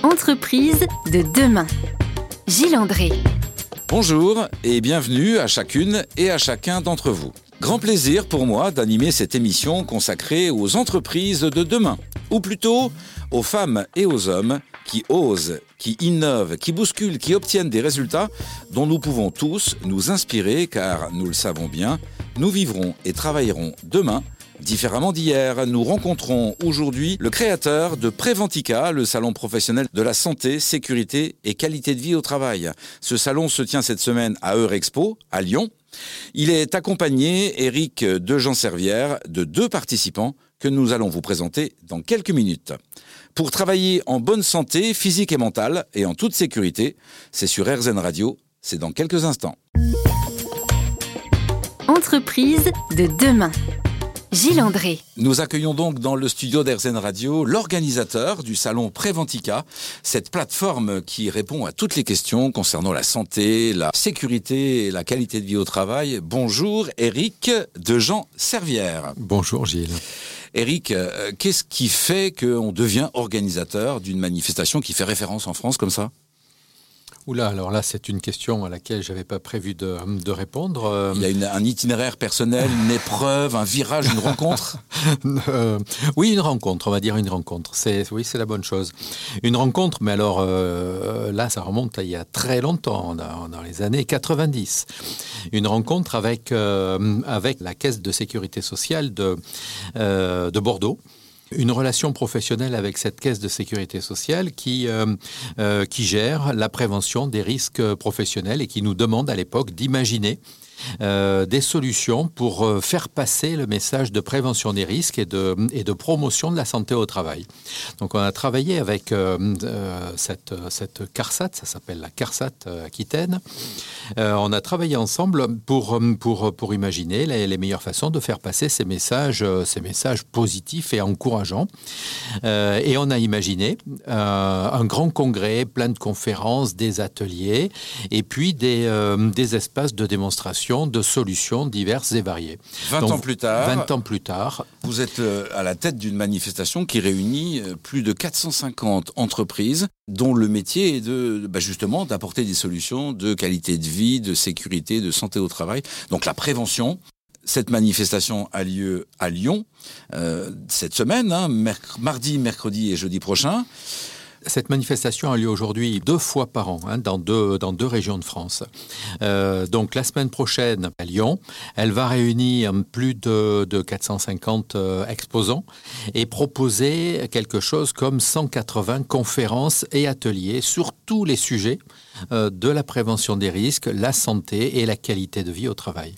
Entreprise de demain. Gilles André. Bonjour et bienvenue à chacune et à chacun d'entre vous. Grand plaisir pour moi d'animer cette émission consacrée aux entreprises de demain, ou plutôt aux femmes et aux hommes qui osent, qui innovent, qui bousculent, qui obtiennent des résultats dont nous pouvons tous nous inspirer car, nous le savons bien, nous vivrons et travaillerons demain différemment d'hier. Nous rencontrons aujourd'hui le créateur de Preventica, le salon professionnel de la santé, sécurité et qualité de vie au travail. Ce salon se tient cette semaine à Eurexpo, à Lyon. Il est accompagné, Éric de Jean Servière, de 2 participants que nous allons vous présenter dans quelques minutes. Pour travailler en bonne santé physique et mentale et en toute sécurité, c'est sur RZN Radio, c'est dans quelques instants. Entreprise de demain. Gilles André. Nous accueillons donc dans le studio d'RZN Radio l'organisateur du salon Preventica, cette plateforme qui répond à toutes les questions concernant la santé, la sécurité et la qualité de vie au travail. Bonjour Éric de Jean Servière. Bonjour Gilles. Éric, qu'est-ce qui fait qu'on devient organisateur d'une manifestation qui fait référence en France comme ça ? Oula, alors là, c'est une question à laquelle je n'avais pas prévu de répondre. Il y a un itinéraire personnel, une épreuve, un virage, une rencontre Oui, une rencontre, on va dire une rencontre. Oui, c'est la bonne chose. Une rencontre, mais alors là, ça remonte à il y a très longtemps, dans les années 90. Une rencontre avec la Caisse de sécurité sociale de Bordeaux. Une relation professionnelle avec cette caisse de sécurité sociale qui gère la prévention des risques professionnels et qui nous demande à l'époque d'imaginer des solutions pour faire passer le message de prévention des risques et de promotion de la santé au travail. Donc on a travaillé avec cette CARSAT, ça s'appelle la CARSAT Aquitaine. On a travaillé ensemble pour imaginer les meilleures façons de faire passer ces messages positifs et encourageants. Et on a imaginé un grand congrès, plein de conférences, des ateliers et puis des espaces de démonstration de solutions diverses et variées. 20 ans plus tard. Vous êtes à la tête d'une manifestation qui réunit plus de 450 entreprises dont le métier est justement d'apporter des solutions de qualité de vie, de sécurité, de santé au travail. Donc la prévention. Cette manifestation a lieu à Lyon cette semaine, mardi, mercredi et jeudi prochain. Cette manifestation a lieu aujourd'hui 2 fois par an, dans deux régions de France. Donc la semaine prochaine à Lyon, elle va réunir plus de 450 exposants et proposer quelque chose comme 180 conférences et ateliers sur tous les sujets de la prévention des risques, la santé et la qualité de vie au travail.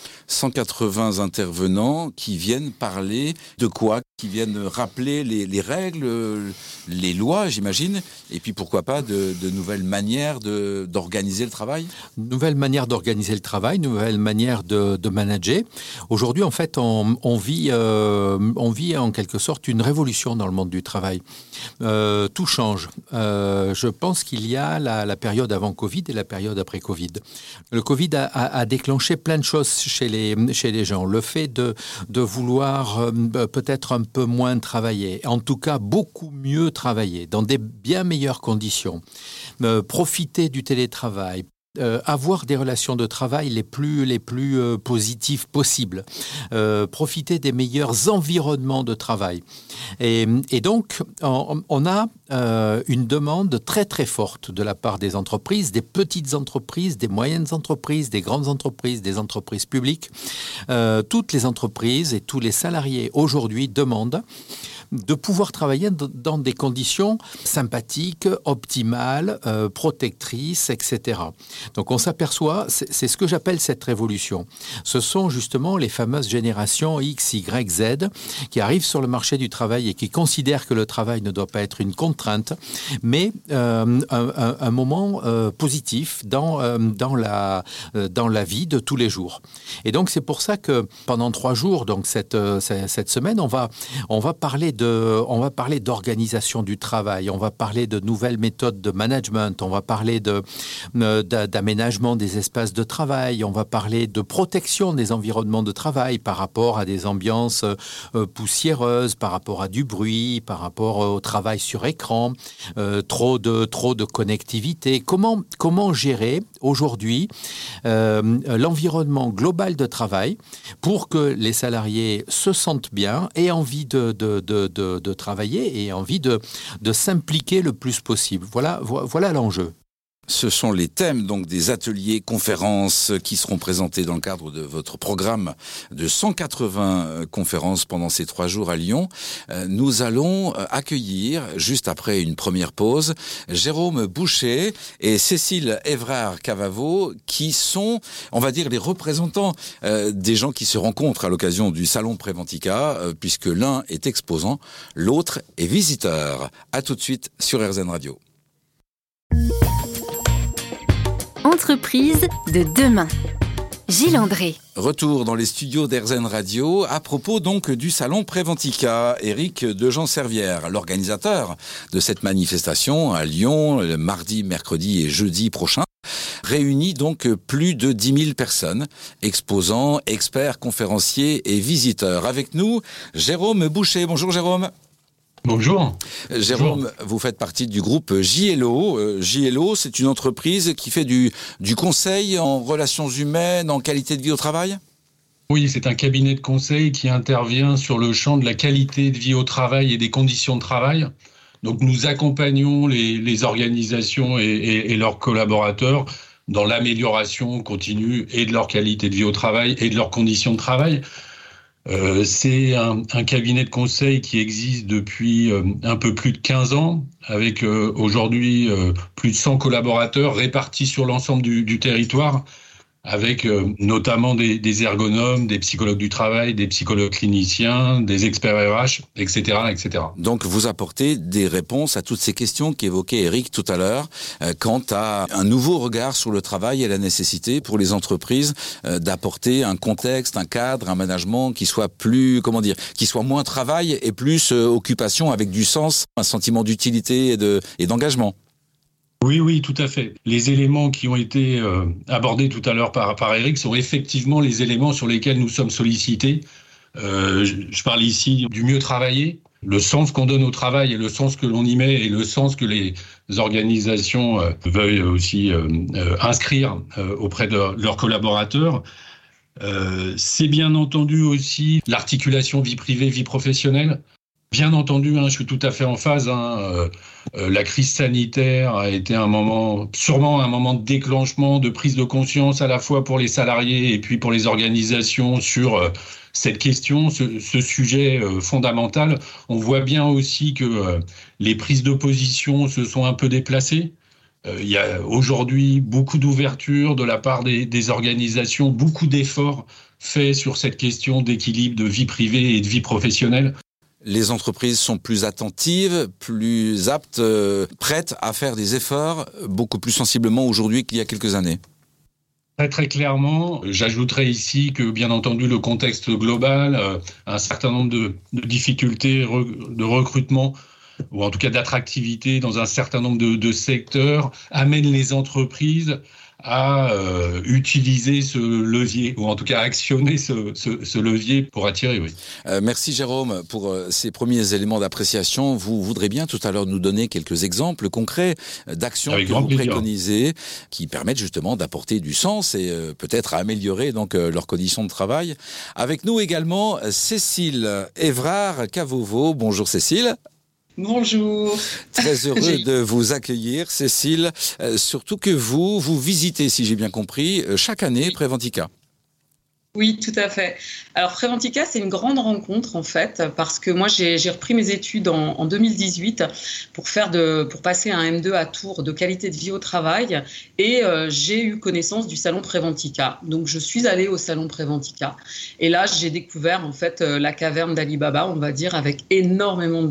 180 intervenants qui viennent parler de quoi ? Qui viennent rappeler les règles, les lois, j'imagine, et puis pourquoi pas de nouvelles manières d'organiser le travail ? Nouvelles manières d'organiser le travail, nouvelles manières de manager. Aujourd'hui, en fait, on vit en quelque sorte une révolution dans le monde du travail. Tout change. Je pense qu'il y a la période avant Covid et la période après Covid. Le Covid a déclenché plein de choses chez les gens. Le fait de vouloir peut-être un peu moins travailler, en tout cas beaucoup mieux travailler, dans des bien meilleures conditions, profiter du télétravail, avoir des relations de travail les plus positives possibles, profiter des meilleurs environnements de travail. Et donc, on a une demande très très forte de la part des entreprises, des petites entreprises, des moyennes entreprises, des grandes entreprises, des entreprises publiques. Toutes les entreprises et tous les salariés aujourd'hui demandent de pouvoir travailler dans des conditions sympathiques, optimales, protectrices, etc. Donc on s'aperçoit, c'est ce que j'appelle cette révolution. Ce sont justement les fameuses générations X, Y, Z qui arrivent sur le marché du travail et qui considèrent que le travail ne doit pas être une contrainte, mais un moment positif dans la vie de tous les jours. Et donc c'est pour ça que pendant 3 jours, donc cette semaine, on va parler d'organisation du travail, on va parler de nouvelles méthodes de management, on va parler d'aménagement des espaces de travail, on va parler de protection des environnements de travail par rapport à des ambiances poussiéreuses, par rapport à du bruit, par rapport au travail sur écran. d'écran, trop de connectivité. Comment gérer aujourd'hui l'environnement global de travail pour que les salariés se sentent bien, aient envie de travailler et envie de s'impliquer le plus possible. Voilà l'enjeu. Ce sont les thèmes donc des ateliers, conférences qui seront présentés dans le cadre de votre programme de 180 conférences pendant ces 3 jours à Lyon. Nous allons accueillir, juste après une première pause, Jérôme Boucher et Cécile Évrard-Cavavo qui sont, on va dire, les représentants des gens qui se rencontrent à l'occasion du Salon Préventica, puisque l'un est exposant, l'autre est visiteur. À tout de suite sur RZN Radio. Entreprise de demain. Gilles André. Retour dans les studios d'RZN Radio à propos donc du Salon Préventica. Éric de Jean-Servière, l'organisateur de cette manifestation à Lyon, le mardi, mercredi et jeudi prochain, réunit donc plus de 10 000 personnes, exposants, experts, conférenciers et visiteurs. Avec nous, Jérôme Boucher. Bonjour Jérôme. Bonjour. Jérôme, vous faites partie du groupe JLO. JLO, c'est une entreprise qui fait du conseil en relations humaines, en qualité de vie au travail ? Oui, c'est un cabinet de conseil qui intervient sur le champ de la qualité de vie au travail et des conditions de travail. Donc nous accompagnons les organisations et leurs collaborateurs dans l'amélioration continue et de leur qualité de vie au travail et de leurs conditions de travail. C'est un cabinet de conseil qui existe depuis un peu plus de 15 ans, avec aujourd'hui plus de 100 collaborateurs répartis sur l'ensemble du territoire, avec notamment des ergonomes, des psychologues du travail, des psychologues cliniciens, des experts RH, etc., etc. Donc vous apportez des réponses à toutes ces questions qu'évoquait Éric tout à l'heure, quant à un nouveau regard sur le travail et la nécessité pour les entreprises d'apporter un contexte, un cadre, un management qui soit plus, qui soit moins travail et plus occupation avec du sens, un sentiment d'utilité et d'engagement. Oui, tout à fait. Les éléments qui ont été abordés tout à l'heure par Éric sont effectivement les éléments sur lesquels nous sommes sollicités. Je parle ici du mieux travailler, le sens qu'on donne au travail et le sens que l'on y met et le sens que les organisations veuillent aussi inscrire auprès de leurs collaborateurs. C'est bien entendu aussi l'articulation vie privée, vie professionnelle. Bien entendu, je suis tout à fait en phase. La crise sanitaire a été sûrement un moment de déclenchement, de prise de conscience à la fois pour les salariés et puis pour les organisations sur cette question, ce sujet fondamental. On voit bien aussi que les prises de position se sont un peu déplacées. Il y a aujourd'hui beaucoup d'ouverture de la part des organisations, beaucoup d'efforts faits sur cette question d'équilibre de vie privée et de vie professionnelle. Les entreprises sont plus attentives, plus aptes, prêtes à faire des efforts, beaucoup plus sensiblement aujourd'hui qu'il y a quelques années. Très très clairement, j'ajouterais ici que bien entendu le contexte global, un certain nombre de difficultés de recrutement ou en tout cas d'attractivité dans un certain nombre de secteurs amènent les entreprises à utiliser ce levier, ou en tout cas actionner ce levier pour attirer. Oui. Merci Jérôme pour ces premiers éléments d'appréciation. Vous voudrez bien tout à l'heure nous donner quelques exemples concrets d'actions que vous préconisez qui permettent justement d'apporter du sens et peut-être à améliorer donc leurs conditions de travail. Avec nous également Cécile Évrard-Cavavo. Bonjour Cécile. Bonjour. Très heureux de vous accueillir, Cécile. Surtout que vous visitez, si j'ai bien compris, chaque année Préventica. Oui, tout à fait. Alors Préventica, c'est une grande rencontre en fait, parce que moi j'ai repris mes études en 2018 pour passer un M2 à Tours de qualité de vie au travail et j'ai eu connaissance du salon Préventica. Donc je suis allée au salon Préventica et là j'ai découvert en fait la caverne d'Ali Baba, on va dire, avec énormément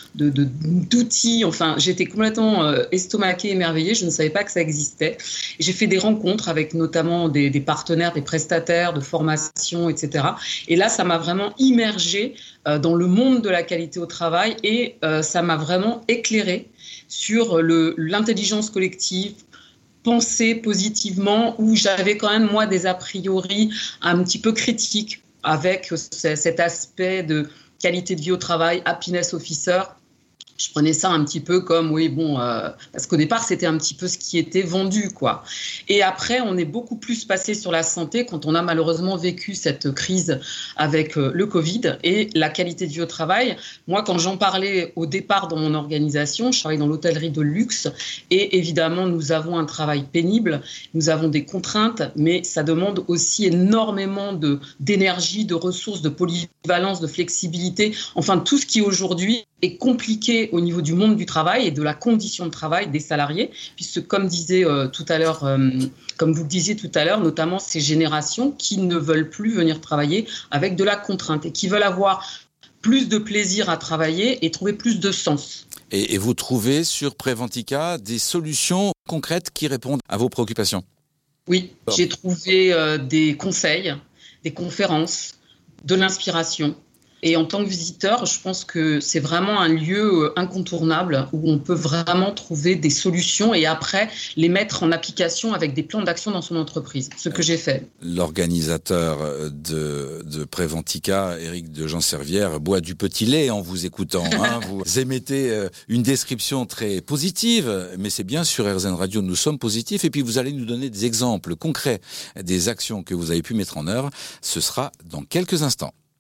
d'outils. Enfin, j'étais complètement estomaquée, émerveillée. Je ne savais pas que ça existait. Et j'ai fait des rencontres avec notamment des partenaires, des prestataires de formation, etc. Et là, ça m'a vraiment immergée dans le monde de la qualité au travail et ça m'a vraiment éclairée sur l'intelligence collective, penser positivement, où j'avais quand même, moi, des a priori un petit peu critiques avec cet aspect de qualité de vie au travail, happiness officer. Je prenais ça un petit peu comme, parce qu'au départ, c'était un petit peu ce qui était vendu, quoi. Et après, on est beaucoup plus passé sur la santé quand on a malheureusement vécu cette crise avec le Covid et la qualité de vie au travail. Moi, quand j'en parlais au départ dans mon organisation, je travaille dans l'hôtellerie de luxe et évidemment, nous avons un travail pénible, nous avons des contraintes, mais ça demande aussi énormément d'énergie, de ressources, de polyvalence, de flexibilité, enfin tout ce qui aujourd'hui est compliqué au niveau du monde du travail et de la condition de travail des salariés, puisque comme vous le disiez tout à l'heure, notamment ces générations qui ne veulent plus venir travailler avec de la contrainte et qui veulent avoir plus de plaisir à travailler et trouver plus de sens. Et vous trouvez sur Preventica des solutions concrètes qui répondent à vos préoccupations? Oui, j'ai trouvé des conseils, des conférences, de l'inspiration. Et en tant que visiteur, je pense que c'est vraiment un lieu incontournable où on peut vraiment trouver des solutions et après les mettre en application avec des plans d'action dans son entreprise, ce que j'ai fait. L'organisateur de Preventica, Éric de Jean-Servière, boit du petit lait en vous écoutant. Vous émettez une description très positive, mais c'est bien sur RZN Radio, nous sommes positifs et puis vous allez nous donner des exemples concrets des actions que vous avez pu mettre en œuvre. Ce sera dans quelques instants.